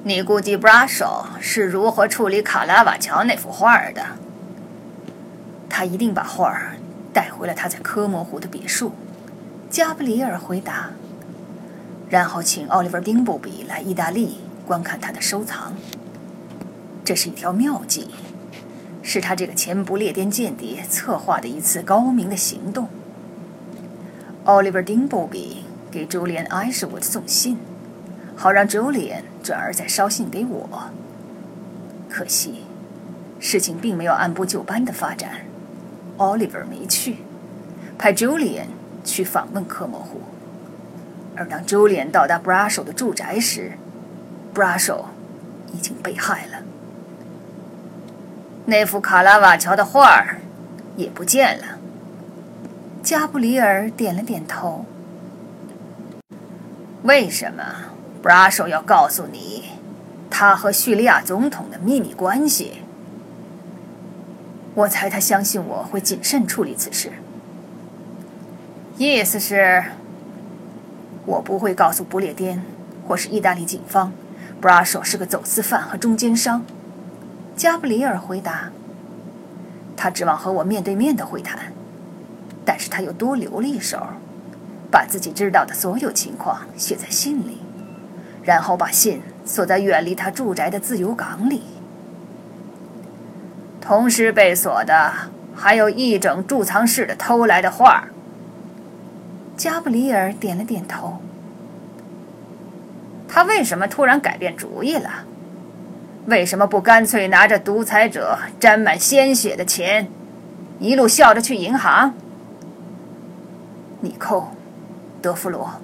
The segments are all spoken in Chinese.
你估计 Brasso 是如何处理卡拉瓦乔那幅画的？ 他一定把画带回了他在科摩湖的别墅。加布里尔回答，然后请奥利弗·丁布比来意大利观看他的收藏。这是一条妙计，是他这个前不列颠间谍策划的一次高明的行动。奥利弗·丁布比给朱利安·埃什伍德送信，好让朱利安转而再捎信给我。可惜，事情并没有按部就班的发展。奥利弗没去，派朱利安去访问科摩湖。而当朱利安到达 Brasso 的住宅时 ，Brasso 已经被害了。 那幅卡拉瓦乔的画也不见了。 加布里尔点了点头。 为什么 Brasso 要告诉你他和叙利亚总统的秘密关系？ 我猜他相信我会谨慎处理此事。 意思是， 我不会告诉不列颠或是意大利警方 Brasso 是个走私犯和中间商。加布里尔回答。他指望和我面对面的会谈，但是他又多留了一手，把自己知道的所有情况写在信里，然后把信锁在远离他住宅的自由港里。 同时被锁的还有一整贮藏室的偷来的画。 加布里尔点了点头。 他为什么突然改变主意了？为什么不干脆拿着独裁者沾满鲜血的钱，一路笑着去银行？ 尼寇·德弗罗。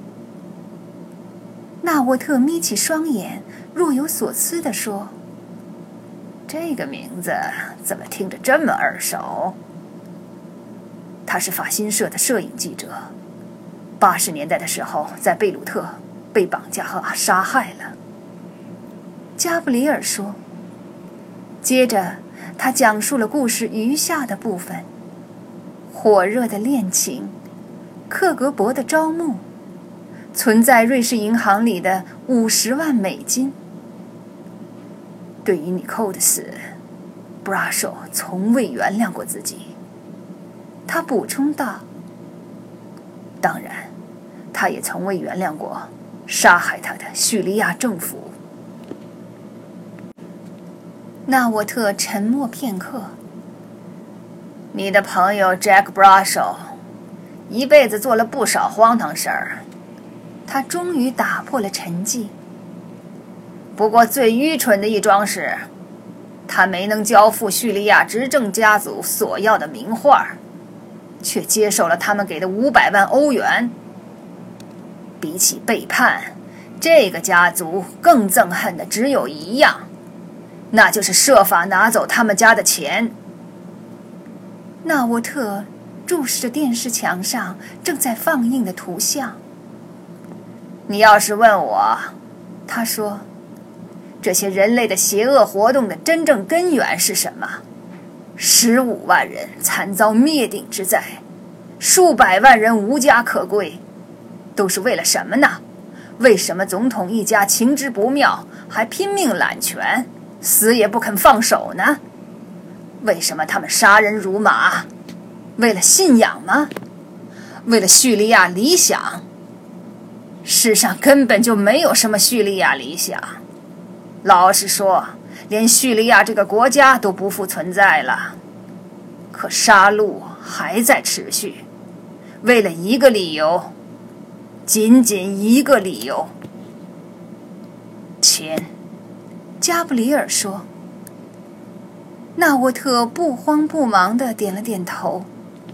纳沃特眯起双眼，若有所思地说：“ 这个名字怎么听着这么耳熟？” 他是法新社的摄影记者，80年代的时候在贝鲁特被绑架和杀害了。加布里尔说。接着他讲述了故事余下的部分：火热的恋情，克格勃的招募，存在瑞士银行里的50万美金。对于尼寇的死，Brasso 从未原谅过自己。他补充道：“当然，他也从未原谅过杀害他的叙利亚政府。”纳沃特沉默片刻。 你的朋友 Jack Brasso 一辈子做了不少荒唐事儿。 他终于打破了沉寂。 不过最愚蠢的一桩是，他没能交付叙利亚执政家族所要的名画，却接受了他们给的500万欧元。比起背叛，这个家族更憎恨的只有一样，那就是设法拿走他们家的钱。 纳沃特注视着电视墙上正在放映的图像。 你要是问我， 他说， 这些人类的邪恶活动的真正根源是什么？15万人惨遭灭顶之灾，数百万人无家可归，都是为了什么呢？为什么总统一家情之不妙，还拼命揽权，死也不肯放手呢？为什么他们杀人如麻？为了信仰吗？为了叙利亚理想？世上根本就没有什么叙利亚理想。老实说，连叙利亚这个国家都不复存在了。可杀戮还在持续，为了一个理由，仅仅一个理由：钱。 加布里尔说。纳沃特不慌不忙地点了点头。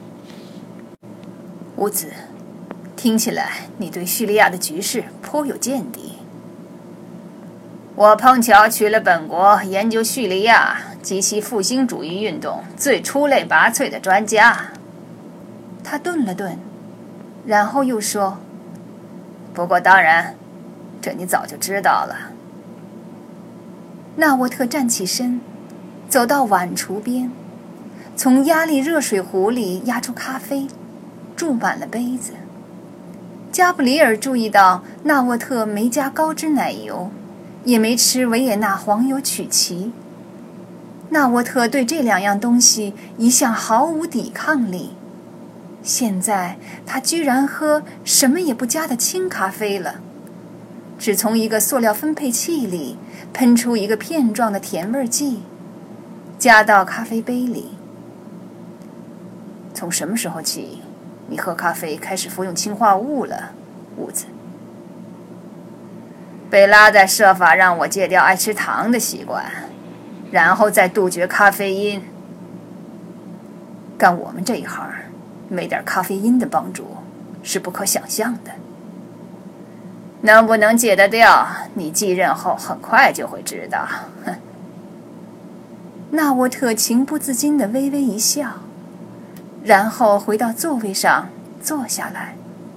乌兹，听起来你对叙利亚的局势颇有见地。 我碰巧去了本国研究叙利亚及其复兴主义运动最出类拔萃的专家。 他顿了顿，然后又说：“ 不过当然，这你早就知道了。” 纳沃特站起身，走到碗橱边，从压力热水壶里压出咖啡，注满了杯子。加布里尔注意到纳沃特没加高脂奶油， 也没吃维也纳黄油曲奇。纳沃特对这2样东西一向毫无抵抗力，现在他居然喝什么也不加的清咖啡了，只从一个塑料分配器里喷出一个片状的甜味剂，加到咖啡杯里。从什么时候起，你喝咖啡开始服用氰化物了，伍兹？ 贝拉在设法让我戒掉爱吃糖的习惯，然后再杜绝咖啡因。 干我们这一行，没点咖啡因的帮助是不可想象的。 能不能戒得掉，你继任后很快就会知道。哼。 纳沃特情不自禁地微微一笑，然后回到座位上坐下来。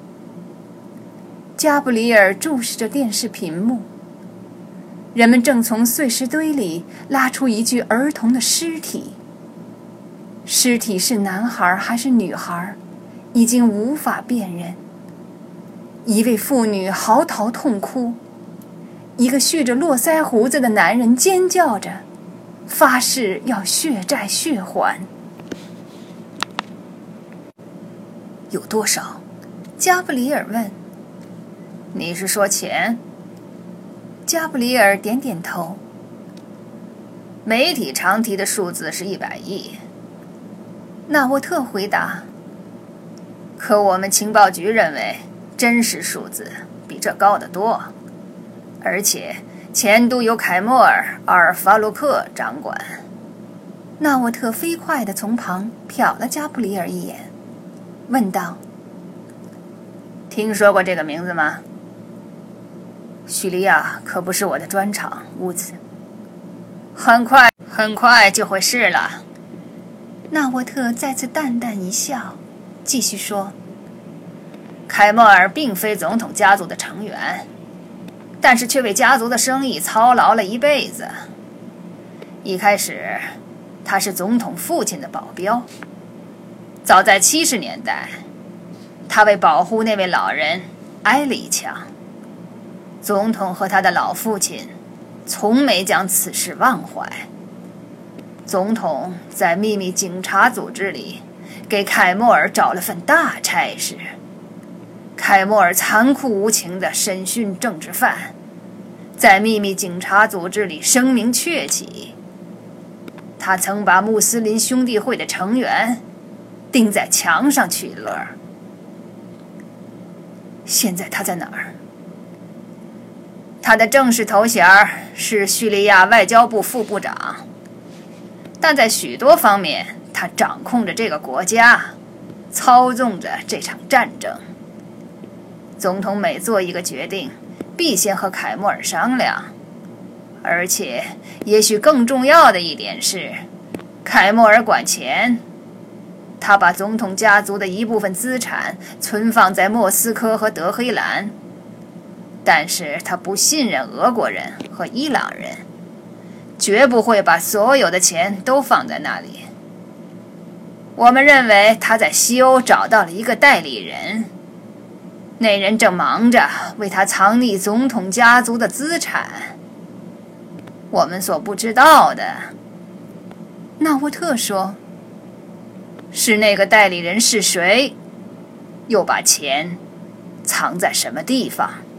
加布里尔注视着电视屏幕，人们正从碎石堆里拉出一具儿童的尸体。尸体是男孩还是女孩，已经无法辨认。一位妇女嚎啕痛哭，一个蓄着络腮胡子的男人尖叫着，发誓要血债血还。有多少？加布里尔问。 你是说钱？ 加布里尔点点头。 媒体常提的数字是100亿。 纳沃特回答。 可我们情报局认为，真实数字比这高得多，而且钱都由凯莫尔·阿尔法鲁克掌管。 纳沃特飞快地从旁瞟了加布里尔一眼，问道： 听说过这个名字吗？ 叙利亚可不是我的专长，伍兹。 很快就会是了。 纳沃特再次淡淡一笑，继续说： 凯莫尔并非总统家族的成员，但是却为家族的生意操劳了一辈子。一开始，他是总统父亲的保镖。早在70年代，他为保护那位老人挨了一枪。总统和他的老父亲从没将此事忘怀。总统在秘密警察组织里给凯莫尔找了份大差事。凯莫尔残酷无情地审讯政治犯，在秘密警察组织里声名鹊起。他曾把穆斯林兄弟会的成员钉在墙上取乐。 现在他在哪儿？ 他的正式头衔是叙利亚外交部副部长，但在许多方面，他掌控着这个国家，操纵着这场战争。总统每做一个决定，必先和凯莫尔商量。而且，也许更重要的一点是，凯莫尔管钱。他把总统家族的一部分资产存放在莫斯科和德黑兰，但是他不信任俄国人和伊朗人，绝不会把所有的钱都放在那里。我们认为他在西欧找到了一个代理人，那人正忙着为他藏匿总统家族的资产。我们所不知道的， 纳沃特说， 是那个代理人是谁，又把钱藏在什么地方。